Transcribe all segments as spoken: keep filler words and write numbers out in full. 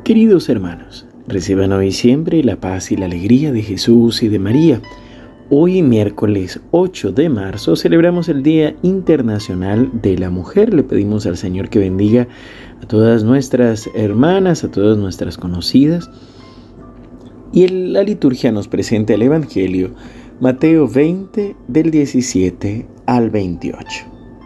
Queridos hermanos, reciban hoy siempre la paz y la alegría de Jesús y de María. Hoy, miércoles ocho de marzo, celebramos el Día Internacional de la Mujer. Le pedimos al Señor que bendiga a todas nuestras hermanas, a todas nuestras conocidas. Y en la liturgia nos presenta el Evangelio, Mateo veinte, del diecisiete al veintiocho.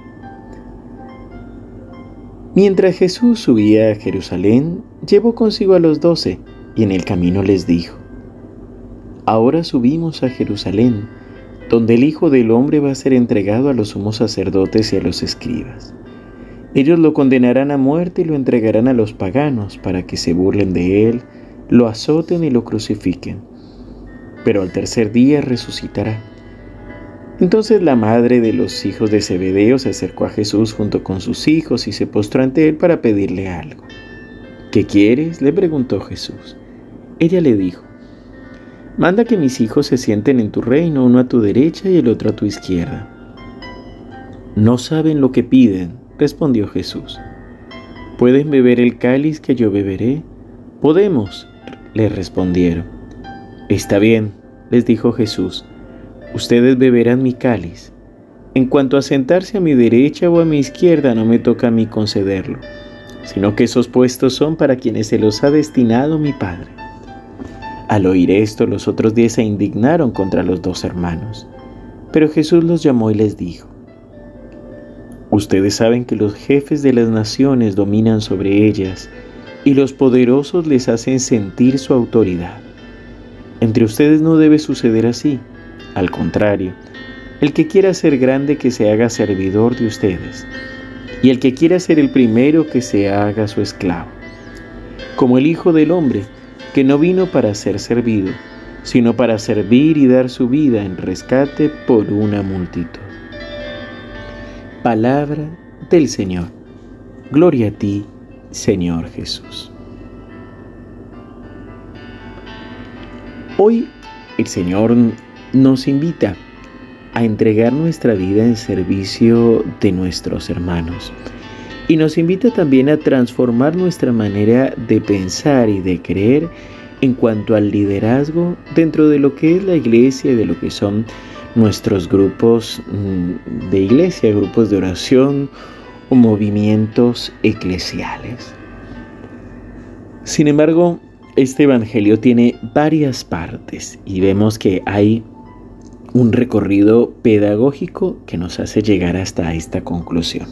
Mientras Jesús subía a Jerusalén, llevó consigo a los doce, y en el camino les dijo: Ahora subimos a Jerusalén, donde el Hijo del Hombre va a ser entregado a los sumos sacerdotes y a los escribas. Ellos lo condenarán a muerte y lo entregarán a los paganos para que se burlen de él, lo azoten y lo crucifiquen. Pero al tercer día resucitará. Entonces la madre de los hijos de Zebedeo se acercó a Jesús junto con sus hijos y se postró ante él para pedirle algo. ¿Qué quieres?, le preguntó Jesús. Ella le dijo: Manda que mis hijos se sienten en tu reino, uno a tu derecha y el otro a tu izquierda. No saben lo que piden, respondió Jesús. ¿Pueden beber el cáliz que yo beberé? Podemos, le respondieron. Está bien, les dijo Jesús. Ustedes beberán mi cáliz. En cuanto a sentarse a mi derecha o a mi izquierda, no me toca a mí concederlo, sino que esos puestos son para quienes se los ha destinado mi Padre. Al oír esto, los otros diez se indignaron contra los dos hermanos. Pero Jesús los llamó y les dijo: Ustedes saben que los jefes de las naciones dominan sobre ellas, y los poderosos les hacen sentir su autoridad. Entre ustedes no debe suceder así. Al contrario, el que quiera ser grande, que se haga servidor de ustedes, y el que quiera ser el primero, que se haga su esclavo. Como el Hijo del Hombre, que no vino para ser servido, sino para servir y dar su vida en rescate por una multitud. Palabra del Señor. Gloria a ti, Señor Jesús. Hoy el Señor nos invita a entregar nuestra vida en servicio de nuestros hermanos. Y nos invita también a transformar nuestra manera de pensar y de creer en cuanto al liderazgo dentro de lo que es la iglesia y de lo que son nuestros grupos de iglesia, grupos de oración o movimientos eclesiales. Sin embargo, este evangelio tiene varias partes y vemos que hay un recorrido pedagógico que nos hace llegar hasta esta conclusión.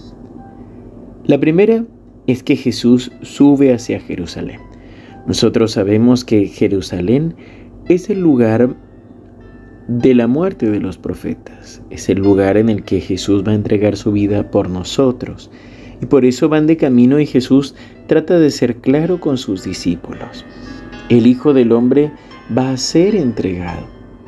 La primera es que Jesús sube hacia Jerusalén. Nosotros sabemos que Jerusalén es el lugar de la muerte de los profetas. Es el lugar en el que Jesús va a entregar su vida por nosotros. Y por eso van de camino y Jesús trata de ser claro con sus discípulos. El Hijo del Hombre va a ser entregado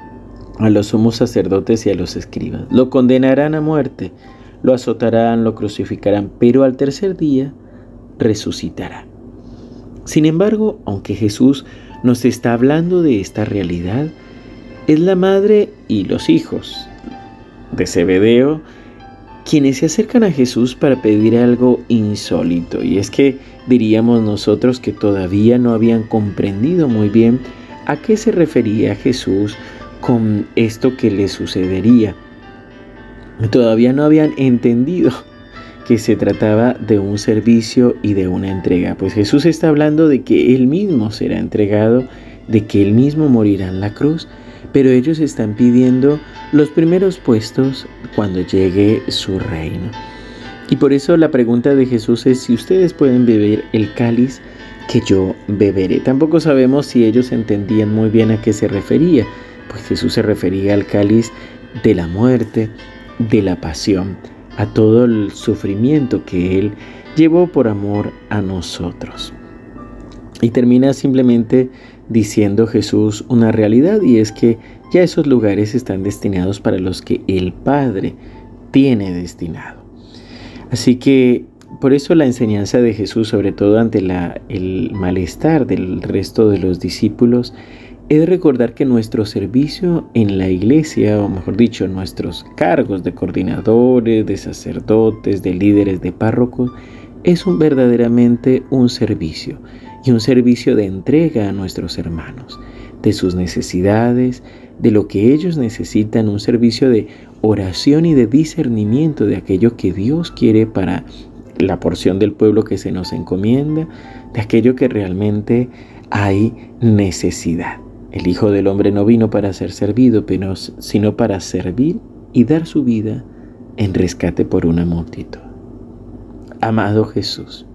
a los sumos sacerdotes y a los escribas. Lo condenarán a muerte, lo azotarán, lo crucificarán, pero al tercer día resucitará. Sin embargo, aunque Jesús nos está hablando de esta realidad, es la madre y los hijos de Zebedeo quienes se acercan a Jesús para pedir algo insólito. Y es que diríamos nosotros que todavía no habían comprendido muy bien a qué se refería Jesús con esto que le sucedería. Todavía no habían entendido que se trataba de un servicio y de una entrega. Pues Jesús está hablando de que Él mismo será entregado, de que Él mismo morirá en la cruz, pero ellos están pidiendo los primeros puestos cuando llegue su reino. Y por eso la pregunta de Jesús es si ustedes pueden beber el cáliz que yo beberé. Tampoco sabemos si ellos entendían muy bien a qué se refería, pues Jesús se refería al cáliz de la muerte, de la pasión, a todo el sufrimiento que Él llevó por amor a nosotros. Y termina simplemente diciendo Jesús una realidad, y es que ya esos lugares están destinados para los que el Padre tiene destinado. Así que por eso la enseñanza de Jesús, sobre todo ante la, el malestar del resto de los discípulos, es recordar que nuestro servicio en la iglesia, o mejor dicho, nuestros cargos de coordinadores, de sacerdotes, de líderes, de párrocos, es un, verdaderamente un servicio. y un servicio de entrega a nuestros hermanos, de sus necesidades, de lo que ellos necesitan, un servicio de oración y de discernimiento de aquello que Dios quiere para la porción del pueblo que se nos encomienda, de aquello que realmente hay necesidad. El Hijo del Hombre no vino para ser servido, sino para servir y dar su vida en rescate por una multitud. Amado Jesús,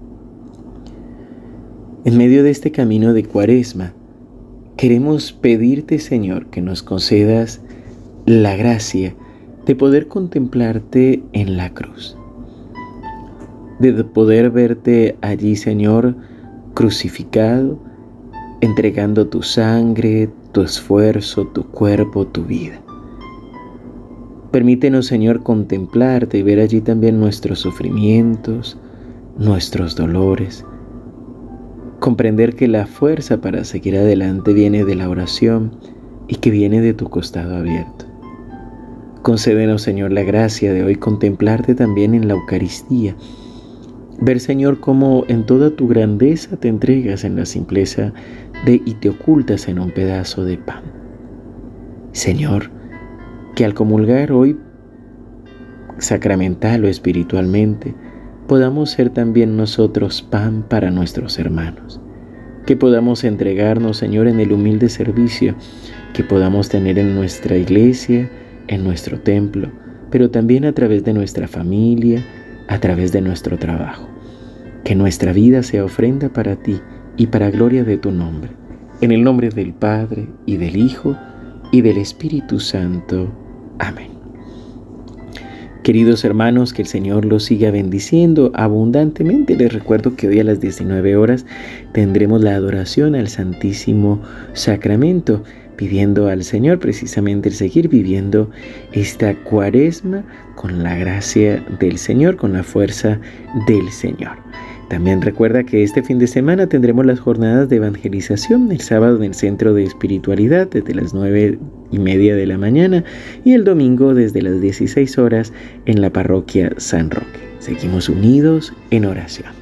en medio de este camino de Cuaresma, queremos pedirte, Señor, que nos concedas la gracia de poder contemplarte en la cruz, de poder verte allí, Señor, crucificado, entregando tu sangre, tu esfuerzo, tu cuerpo, tu vida. Permítenos, Señor, contemplarte y ver allí también nuestros sufrimientos, nuestros dolores. Comprender que la fuerza para seguir adelante viene de la oración y que viene de tu costado abierto. Concédenos, Señor, la gracia de hoy contemplarte también en la Eucaristía. Ver, Señor, cómo en toda tu grandeza te entregas en la simpleza de y te ocultas en un pedazo de pan. Señor, que al comulgar hoy, sacramental o espiritualmente, podamos ser también nosotros pan para nuestros hermanos. Que podamos entregarnos, Señor, en el humilde servicio que podamos tener en nuestra iglesia, en nuestro templo, pero también a través de nuestra familia, a través de nuestro trabajo. Que nuestra vida sea ofrenda para ti y para gloria de tu nombre. En el nombre del Padre, y del Hijo, y del Espíritu Santo. Amén. Queridos hermanos, que el Señor los siga bendiciendo abundantemente. Les recuerdo que hoy a las diecinueve horas tendremos la adoración al Santísimo Sacramento, pidiendo al Señor precisamente el seguir viviendo esta Cuaresma con la gracia del Señor, con la fuerza del Señor. También recuerda que este fin de semana tendremos las jornadas de evangelización, el sábado en el Centro de Espiritualidad desde las nueve y media de la mañana y el domingo desde las dieciséis horas en la Parroquia San Roque. Seguimos unidos en oración.